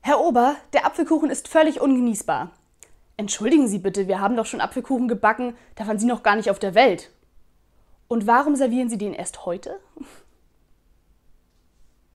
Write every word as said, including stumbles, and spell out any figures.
Herr Ober, der Apfelkuchen ist völlig ungenießbar. Entschuldigen Sie bitte, wir haben doch schon Apfelkuchen gebacken, da waren Sie noch gar nicht auf der Welt. Und warum servieren Sie den erst heute?